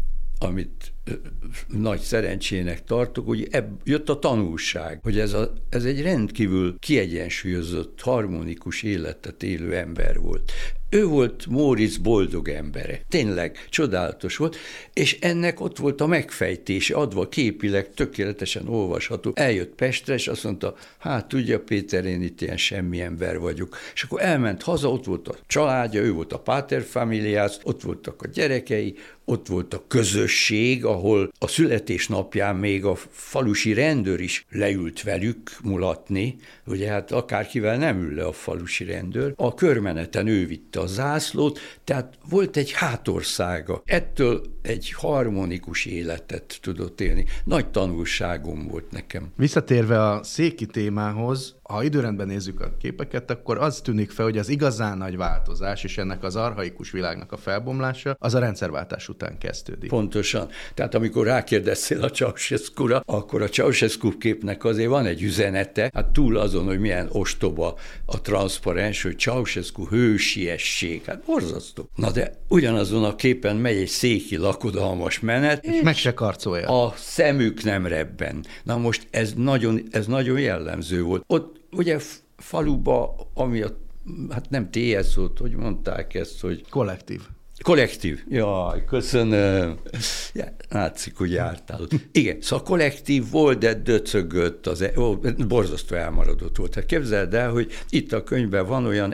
amit nagy szerencsének tartok, hogy jött a tanulság, hogy ez egy rendkívül kiegyensúlyozott, harmonikus életet élő ember volt. Ő volt Móricz boldog embere. Tényleg csodálatos volt, és ennek ott volt a megfejtése, adva képileg tökéletesen olvasható. Eljött Pestre, és azt mondta, hát tudja Péter, én itt ilyen semmi ember vagyok. És akkor elment haza, ott volt a családja, ő volt a paterfamilias, ott voltak a gyerekei, ott volt a közösség, ahol a születésnapján még a falusi rendőr is leült velük mulatni, ugye hát akárkivel nem ül le a falusi rendőr. A körmeneten ő vitte a zászlót, tehát volt egy hátországa. Ettől egy harmonikus életet tudott élni. Nagy tanulságom volt nekem. Visszatérve a széki témához, ha időrendben nézzük a képeket, akkor az tűnik fel, hogy az igazán nagy változás, és ennek az archaikus világnak a felbomlása, az a rendszerváltás után kezdődik. Pontosan. Tehát amikor rákérdeztél a Ceausescu-ra, akkor a Ceausescu képnek azért van egy üzenete, hát túl azon, hogy milyen ostoba a transzparens, hogy Ceausescu hősiesség, hát borzasztó. Na de ugyanazon a képen megy egy széki lakodalmas menet, és meg se karcolja. A szemük nem rebben. Na most ez nagyon jellemző volt. Ott ugye faluba, ami hát nem TS volt, hogy mondták ezt, hogy... Kollektív. Jaj, köszönöm. Ja, látszik, hogy jártál. Igen, szóval kollektív volt, de döcögött, borzasztó elmaradott volt. Hát képzeld el, hogy itt a könyvben van olyan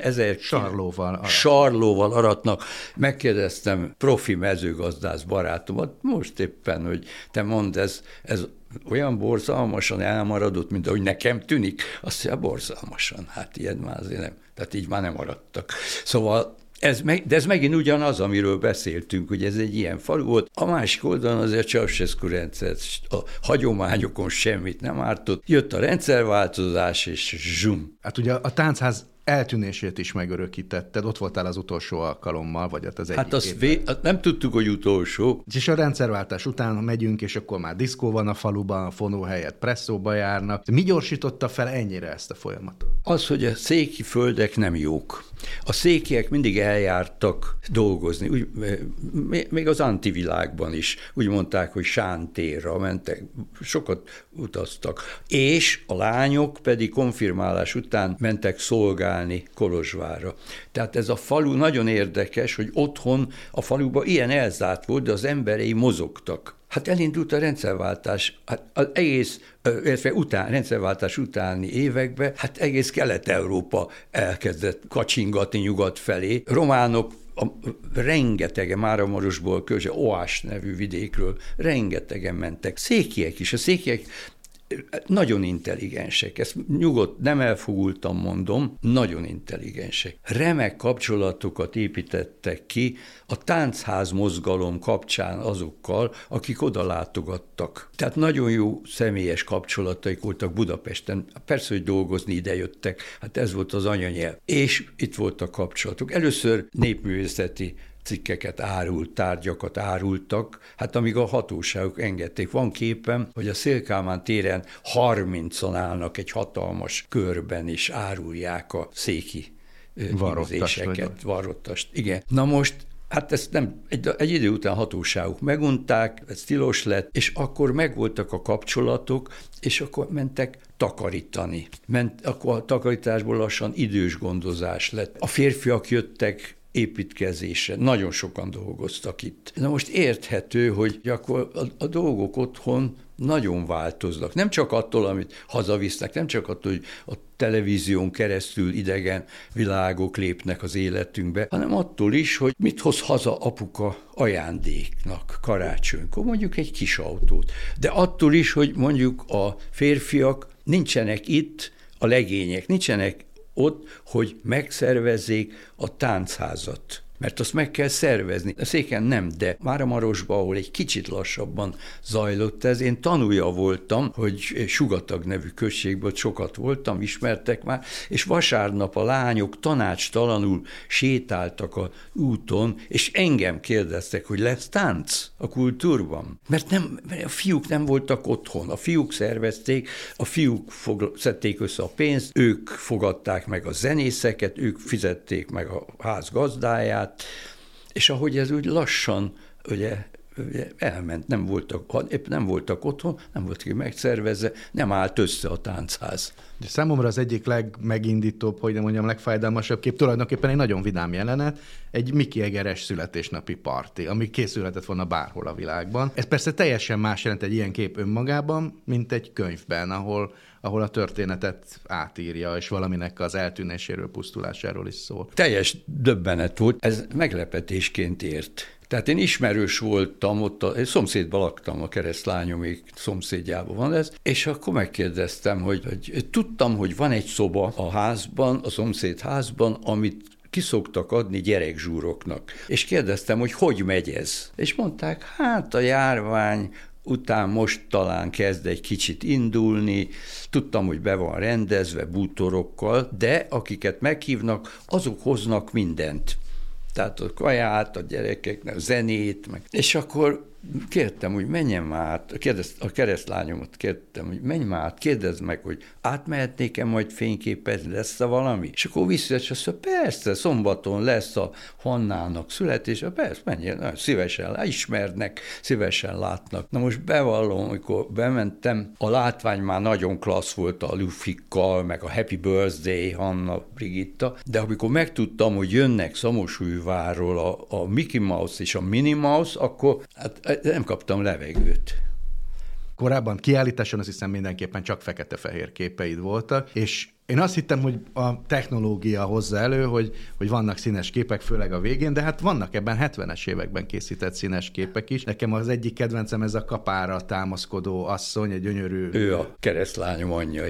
sarlóval aratnak. Megkérdeztem profi mezőgazdász barátomat, most éppen, hogy te mondd, ez olyan borzalmasan elmaradott, mint ahogy nekem tűnik. Azt mondja, borzalmasan. Hát ilyen már azért nem. Tehát így már nem maradtak. Szóval de ez megint ugyanaz, amiről beszéltünk, hogy ez egy ilyen falu volt. A másik oldalon azért Ceausescu rendszer, a hagyományokon semmit nem ártott. Jött a rendszerváltozás, és zsum. Hát ugye a táncház eltűnését is megörökítetted, ott voltál az utolsó alkalommal, vagy az egyik Hát nem tudtuk, hogy utolsó. És a rendszerváltás után megyünk, és akkor már diszkó van a faluban, a fonó helyett presszóba járnak. Mi gyorsította fel ennyire ezt a folyamatot? Az, hogy a széki földek nem jók. A székiek mindig eljártak dolgozni, úgy, még az antivilágban is. Úgy mondták, hogy sántérra mentek, sokat utaztak. És a lányok pedig konfirmálás után mentek szolgálni sétálni Kolozsvárra. Tehát ez a falu nagyon érdekes, hogy otthon a faluban ilyen elzárt volt, de az emberei mozogtak. Hát elindult a rendszerváltás, hát az egész, rendszerváltás utáni években, hát egész Kelet-Európa elkezdett kacsingatni nyugat felé. Románok rengetegen, Máramarosból, Oás nevű vidékről rengetegen mentek. Székiek is, a székiek nagyon intelligensek, ezt nyugodt, nem elfogultan mondom, nagyon intelligensek. Remek kapcsolatokat építettek ki a táncház mozgalom kapcsán azokkal, akik oda látogattak. Tehát nagyon jó személyes kapcsolataik voltak Budapesten. Persze, hogy dolgozni idejöttek, hát ez volt az anyanyelv. És itt voltak kapcsolatok. Először népművészeti cikkeket tárgyakat árultak, hát amíg a hatóságok engedték. Van képem, hogy a Széll-Kálmán téren 30-an állnak egy hatalmas körben, és árulják a széki varrottast. Igen. Na most, hát ezt nem, egy idő után hatóságok megunták, ez tilos lett, és akkor megvoltak a kapcsolatok, és akkor mentek takarítani. Akkor a takarításból lassan idős gondozás lett. A férfiak jöttek építkezésre. Nagyon sokan dolgoztak itt. Na most érthető, hogy akkor a dolgok otthon nagyon változnak. Nem csak attól, amit hazavisznek, nem csak attól, hogy a televízión keresztül idegen világok lépnek az életünkbe, hanem attól is, hogy mit hoz haza apuka ajándéknak karácsonykor, mondjuk egy kis autót. De attól is, hogy mondjuk a férfiak nincsenek itt, a legények nincsenek ott, hogy megszervezzék a táncházat. Mert azt meg kell szervezni. A Széken nem, de Máramarosban, ahol egy kicsit lassabban zajlott ez, én tanulja voltam, hogy Sugatag nevű községből sokat voltam, ismertek már, és vasárnap a lányok tanácstalanul sétáltak az úton, és engem kérdeztek, hogy lesz tánc a kultúrban. Mert a fiúk nem voltak otthon, a fiúk szervezték, a fiúk szedték össze a pénzt, ők fogadták meg a zenészeket, ők fizették meg a ház gazdáját, és ahogy ez úgy lassan ugye elment, épp nem voltak otthon, nem volt ki megszervezve, nem állt össze a táncház. De számomra az egyik legmegindítóbb, hogy nem mondjam, legfájdalmasabb kép tulajdonképpen egy nagyon vidám jelenet, egy Miki Egeres születésnapi parti, ami készülhetett volna bárhol a világban. Ez persze teljesen más jelent egy ilyen kép önmagában, mint egy könyvben, ahol a történetet átírja, és valaminek az eltűnéséről, pusztulásáról is szól. Teljes döbbenet volt, ez meglepetésként ért. Tehát én ismerős voltam, ott szomszédban laktam, a keresztlányomék szomszédjában van ez, és akkor megkérdeztem, hogy tudtam, hogy van egy szoba a házban, a szomszéd házban, amit ki szoktak adni gyerekzsúroknak. És kérdeztem, hogy megy ez. És mondták, hát a járvány után most talán kezd egy kicsit indulni, tudtam, hogy be van rendezve bútorokkal, de akiket meghívnak, azok hoznak mindent. Tehát a kaját, a gyerekeknek, a zenét, meg. És akkor kértem, hogy menjen már át, a keresztlányomat kértem, hogy menj már át, kérdezd meg, hogy átmehetnék-e majd fényképezni, lesz-e valami? És akkor visszajött, és azt mondja, persze, szombaton lesz a Hannának születése, persze, menjen, szívesen ismernek, szívesen látnak. Na most bevallom, amikor bementem, a látvány már nagyon klassz volt a lufikkal, meg a Happy Birthday, Hanna, Brigitta, de amikor megtudtam, hogy jönnek Szamosújvárról a Mickey Mouse és a Minnie Mouse, akkor hát nem kaptam levegőt. Korábban kiállításon azt hiszem mindenképpen csak fekete-fehér képeid voltak, és én azt hittem, hogy a technológia hozza elő, hogy vannak színes képek, főleg a végén, de hát vannak ebben 70-es években készített színes képek is. Nekem az egyik kedvencem ez a kapára támaszkodó asszony, egy gyönyörű... Ő a keresztlányom anyja.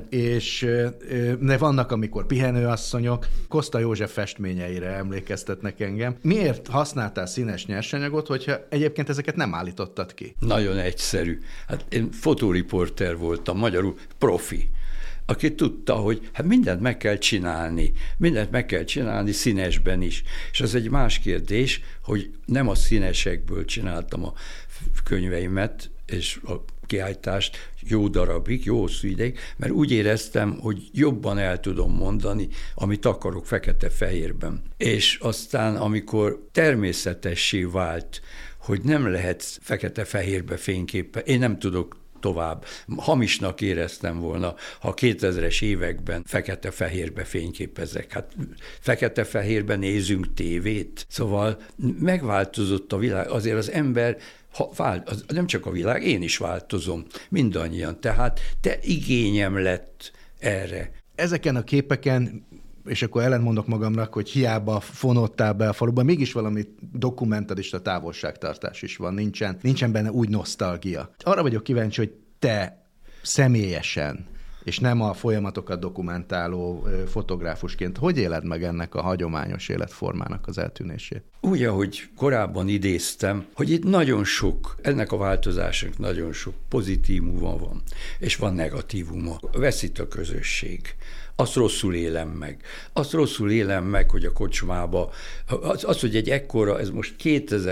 De vannak, amikor pihenőasszonyok. Koszta József festményeire emlékeztetnek engem. Miért használtál színes nyersanyagot, hogyha egyébként ezeket nem állítottad ki? Nagyon egyszerű. Hát én fotóriporter voltam, magyarul profi, aki tudta, hogy hát mindent meg kell csinálni színesben is. És az egy más kérdés, hogy nem a színesekből csináltam a könyveimet, és a kiállítást jó darabig, jó hosszú ideig, mert úgy éreztem, hogy jobban el tudom mondani, amit akarok fekete-fehérben. És aztán, amikor természetessé vált, hogy nem lehet fekete-fehérbe fényképpel, én nem tudok tovább. Hamisnak éreztem volna, ha 2000-es években fekete-fehérbe fényképezek. Hát fekete-fehérben nézünk tévét. Szóval megváltozott a világ. Azért az ember, nem csak a világ, én is változom, mindannyian. Tehát igényem lett erre. Ezeken a képeken, és akkor ellentmondok magamnak, hogy hiába fonódtál be a faluban, mégis valami dokumentarista távolságtartás is van, nincsen benne úgy nosztalgia. Arra vagyok kíváncsi, hogy te személyesen, és nem a folyamatokat dokumentáló fotográfusként, hogy éled meg ennek a hagyományos életformának az eltűnését? Úgy, ahogy korábban idéztem, hogy itt nagyon sok, ennek a változásnak nagyon sok pozitívuma van, és van negatívuma. Veszít a közösség. Azt rosszul élem meg. Azt rosszul élem meg, hogy a kocsmába, az, hogy egy ekkora, ez most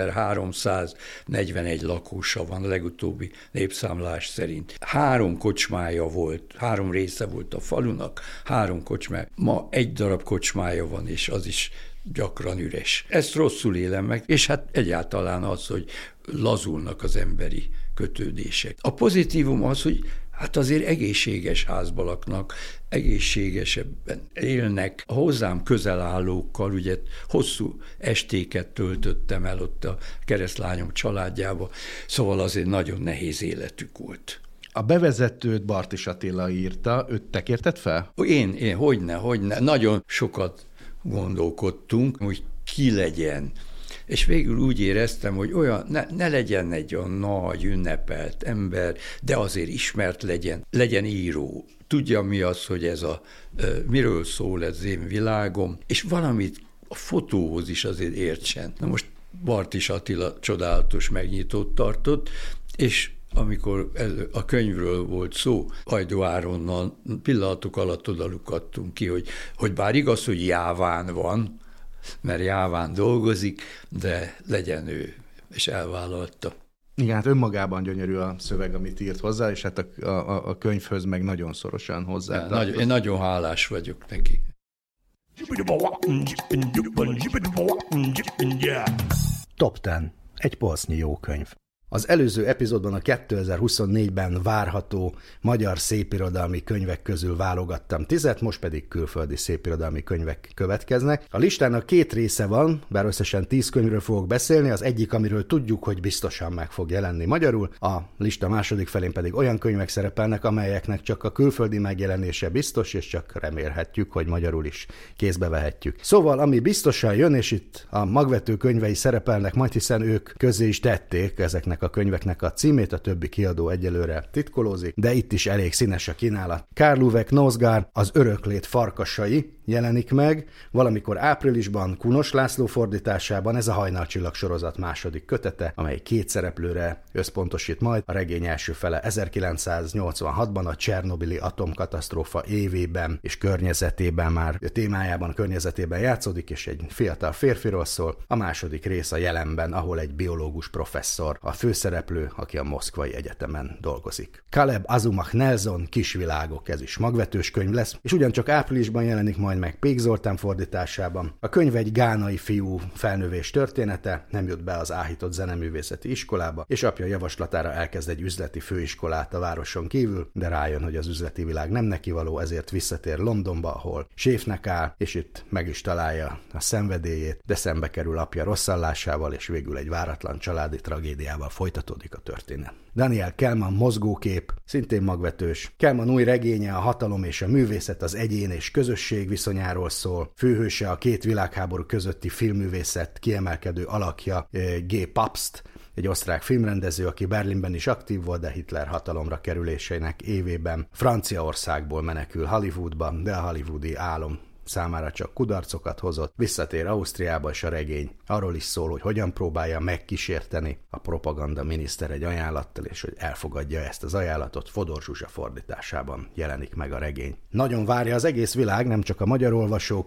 2341 lakósa van a legutóbbi népszámlás szerint. 3 kocsmája volt, 3 része volt a falunak, 3 kocsmája. Ma egy darab kocsmája van, és az is gyakran üres. Ezt rosszul élem meg, és hát egyáltalán az, hogy lazulnak az emberi kötődések. A pozitívum az, hogy hát azért egészséges házba laknak, egészségesebben élnek. A hozzám közel állókkal, ugye hosszú estéket töltöttem el ott a keresztlányom családjába, szóval azért nagyon nehéz életük volt. A bevezetőt Bartis Attila írta, őt te kérted fel? Én, hogyne. Nagyon sokat gondolkodtunk, hogy ki legyen. És végül úgy éreztem, hogy olyan, ne legyen egy olyan nagy, ünnepelt ember, de azért ismert legyen író. Tudja mi az, hogy miről szól ez én világom, és valamit a fotóhoz is azért értsen. Na most Bartis Attila csodálatos megnyitót tartott, és amikor a könyvről volt szó, Hajdú Áronnal pillanatok alatt odalukadtunk ki, hogy bár igaz, hogy Jáván van, mert Jáván dolgozik, de legyen ő, és elvállalta. Igen, hát önmagában gyönyörű a szöveg, amit írt hozzá, és hát a könyvhöz meg nagyon szorosan hozzá. Én nagyon hálás vagyok neki. Top 10. Egy polsznyi jó könyv. Az előző epizódban a 2024-ben várható magyar szépirodalmi könyvek közül válogattam 10, most pedig külföldi szépirodalmi könyvek következnek. A listának 2 része van, bár összesen 10 könyvről fogok beszélni, az egyik, amiről tudjuk, hogy biztosan meg fog jelenni magyarul, a lista második felén pedig olyan könyvek szerepelnek, amelyeknek csak a külföldi megjelenése biztos, és csak remélhetjük, hogy magyarul is kézbe vehetjük. Szóval, ami biztosan jön, és itt a magvető könyvei szerepelnek majd, hiszen ők közé is tették ezeknek a könyveknek a címét, a többi kiadó egyelőre titkolózik, de itt is elég színes a kínálat. Karl Uwe Knausgaard, Az öröklét farkasai jelenik meg, valamikor áprilisban Kunos László fordításában, ez a Hajnalcsillag sorozat második kötete, amely 2 szereplőre összpontosít majd. A regény első fele 1986-ban a csernobili atomkatasztrófa évében és környezetében már témájában, környezetében játszódik, és egy fiatal férfiról szól. A második rész a jelenben, ahol egy biológus professzor a főszereplő, aki a Moszkvai Egyetemen dolgozik. Caleb Azumach Nelson, Kisvilágok, ez is magvetős könyv lesz, és ugyancsak áprilisban jelenik majd meg Pék Zoltán fordításában. A könyv egy gánai fiú felnövés története, nem jut be az áhított zeneművészeti iskolába, és apja javaslatára elkezd egy üzleti főiskolát a városon kívül, de rájön, hogy az üzleti világ nem neki való, ezért visszatér Londonba, ahol séfnek áll, és itt meg is találja a szenvedélyét, de szembe kerül apja rosszallásával, és végül egy váratlan családi tragédiával folytatódik a történet. Daniel Kehlmann Mozgókép, szintén magvetős. Kehlmann új regénye a hatalom és a művészet az egyén és közösség viszonyáról szól. Főhőse a 2 világháború közötti filmművészet kiemelkedő alakja G. Pabst, egy osztrák filmrendező, aki Berlinben is aktív volt, de Hitler hatalomra kerülésének évében Franciaországból menekül Hollywoodba, de a hollywoodi álom számára csak kudarcokat hozott, visszatér Ausztriába, és a regény arról is szól, hogy hogyan próbálja megkísérteni a propaganda miniszter egy ajánlattal, és hogy elfogadja ezt az ajánlatot. Fodor Zsuzsa fordításában jelenik meg a regény. Nagyon várja az egész világ, nem csak a magyar olvasók,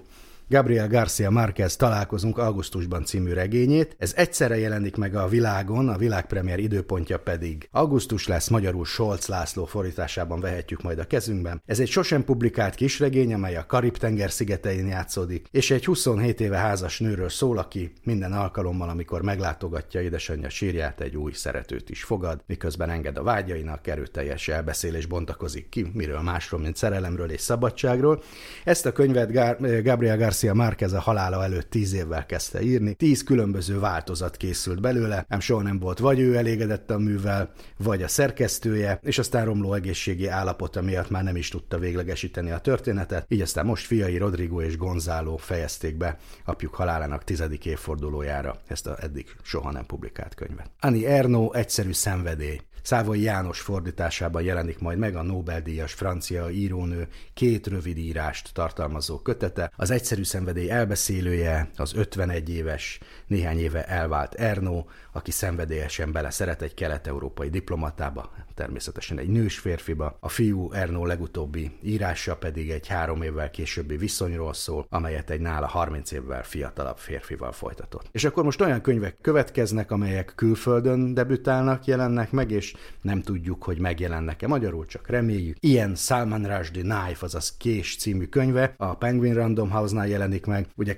Gabriel García Márquez Találkozunk augusztusban című regényét. Ez egyszerre jelenik meg a Világon, a világpremiér időpontja pedig augusztus lesz, magyarul Scholz László fordításában vehetjük majd a kezünkben. Ez egy sosem publikált kisregény, amely a Karib-tenger szigetein játszódik, és egy 27 éve házas nőről szól, aki minden alkalommal, amikor meglátogatja édesanyja sírját, egy új szeretőt is fogad, miközben enged a vágyainak, erőteljes elbeszélés bontakozik ki, miről másról, mint szerelemről és szabadságról. Ezt a könyvet Gabriel García Márquez a halála előtt 10 évvel kezdte írni. 10 különböző változat készült belőle, ám soha nem volt vagy ő elégedett a művel, vagy a szerkesztője, és aztán romló egészségi állapota miatt már nem is tudta véglegesíteni a történetet, így aztán most fiai Rodrigo és Gonzalo fejezték be apjuk halálának 10. évfordulójára ezt a eddig soha nem publikált könyvet. Annie Ernaux Egyszerű szenvedély. Szávai János fordításában jelenik majd meg a Nobel-díjas francia írónő 2 rövid írást tartalmazó kötete. Az Egyszerű szenvedély elbeszélője az 51 éves, néhány éve elvált Ernaux, aki szenvedélyesen beleszeret egy kelet-európai diplomatába, természetesen egy nős férfiba. A fiú Ernaux legutóbbi írása pedig egy 3 évvel későbbi viszonyról szól, amelyet egy nála 30 évvel fiatalabb férfival folytatott. És akkor most olyan könyvek következnek, amelyek külföldön debütálnak, jelennek meg, és nem tudjuk, hogy megjelennek-e magyarul, csak reméljük. Ilyen Salman Rushdie Knife, azaz Kés című könyve a Penguin Random House-nál jelenik meg. Ugye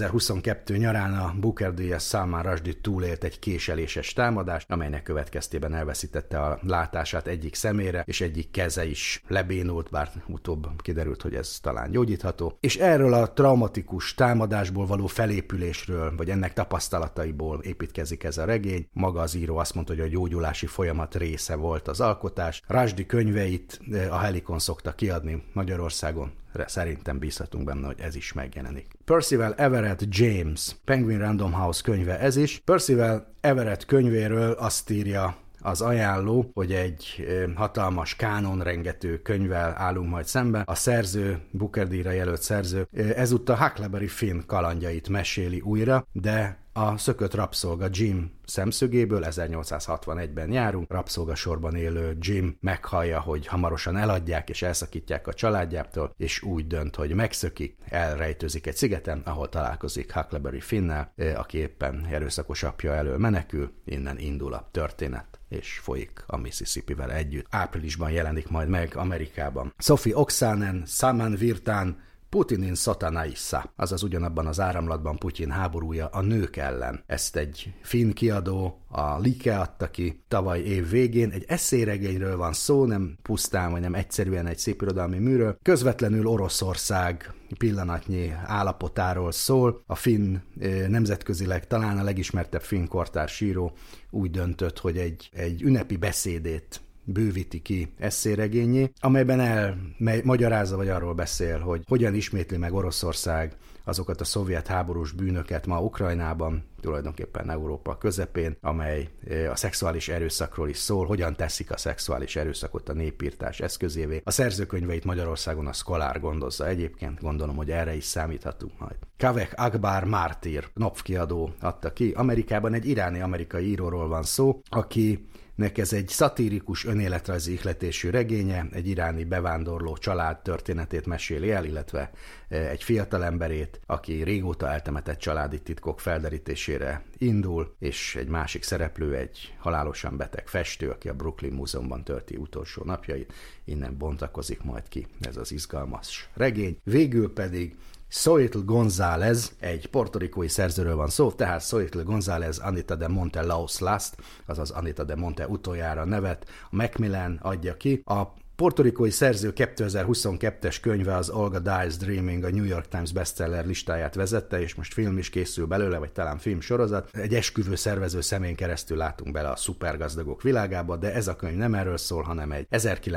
2022 nyarán a Booker-díjas Salman Rushdie túlélt egy késeléses támadást, amelynek következtében elveszítette a látását egyik szemére, és egyik keze is lebénult, bár utóbb kiderült, hogy ez talán gyógyítható. És erről a traumatikus támadásból való felépülésről, vagy ennek tapasztalataiból építkezik ez a regény. Maga az író azt mondta, hogy a gyógyulási folyamat része volt az alkotás. Rushdie könyveit a Helikon szokta kiadni Magyarországon. Szerintem bízhatunk benne, hogy ez is megjelenik. Percival Everett James, Penguin Random House könyve ez is. Percival Everett könyvéről azt írja az ajánló, hogy egy hatalmas kánonrengető könyvvel állunk majd szembe. A szerző, Booker-díjra jelölt szerző, ezúttal Huckleberry Finn kalandjait meséli újra, de a szökött rabszolga Jim szemszögéből. 1861-ben járunk, rabszolgasorban élő Jim meghallja, hogy hamarosan eladják és elszakítják a családjától, és úgy dönt, hogy megszökik, elrejtőzik egy szigeten, ahol találkozik Huckleberry Finnnel, aki éppen erőszakos apja elől menekül. Innen indul a történet, és folyik a Mississippivel együtt. Áprilisban jelenik majd meg Amerikában. Sophie Oksanen, Saman Virtán, Putinin Szatanaissa, azaz ugyanabban az áramlatban Putyin háborúja a nők ellen. Ezt egy finn kiadó, a Like adta ki tavaly év végén. Egy esszéregényről van szó, nem pusztán, vagy nem egyszerűen egy szépirodalmi műről. Közvetlenül Oroszország pillanatnyi állapotáról szól. A finn nemzetközileg talán a legismertebb finn kortárs író úgy döntött, hogy egy ünnepi beszédét bővíti ki esszéregényé, amelyben magyarázza, vagy arról beszél, hogy hogyan ismétli meg Oroszország azokat a szovjet háborús bűnöket ma Ukrajnában, tulajdonképpen Európa közepén, amely a szexuális erőszakról is szól, hogyan teszik a szexuális erőszakot a népírtás eszközévé. A szerzőkönyveit Magyarországon a Szkolár gondozza egyébként, gondolom, hogy erre is számíthatunk majd. Kaveh Akbar Mártír, Knopf kiadó adta ki. Amerikában egy iráni-amerikai íróról van szó, akinek ez egy szatirikus önéletrajzi ihletésű regénye, egy iráni bevándorló család történetét meséli el, illetve egy fiatalemberét, aki régóta eltemetett családi titkok felderítésére indul, és egy másik szereplő, egy halálosan beteg festő, aki a Brooklyn Múzeumban tölti utolsó napjait. Innen bontakozik majd ki ez az izgalmas regény. Végül pedig Xochitl González, egy portorikói szerzőről van szó, tehát Xochitl González Anita de Monte Laos Last, azaz Anita de Monte utoljára nevet, a Macmillan adja ki. A portorikói szerző 2022-es könyve, az Olga Dies Dreaming, a New York Times bestseller listáját vezette, és most film is készül belőle, vagy talán filmsorozat. Egy esküvő szervező szemén keresztül látunk bele a szupergazdagok világába, de ez a könyv nem erről szól, hanem egy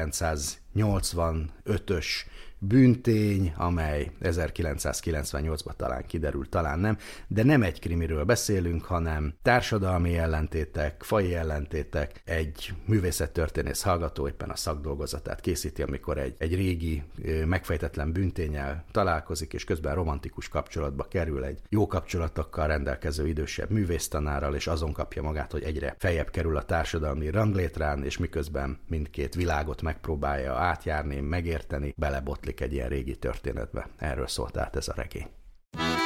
1985-ös bűntény, amely 1998-ban talán kiderült, talán nem, de nem egy krimiről beszélünk, hanem társadalmi ellentétek, faji ellentétek. Egy művészettörténész hallgató éppen a szakdolgozatát készíti, amikor egy régi, megfejtetlen bűnténnyel találkozik, és közben romantikus kapcsolatba kerül egy jó kapcsolatokkal rendelkező idősebb művésztanárral, és azon kapja magát, hogy egyre feljebb kerül a társadalmi ranglétrán, és miközben mindkét világot megpróbálja átjárni, megérteni, belebotlik egy ilyen régi történetbe. Erről szólt át ez a regény.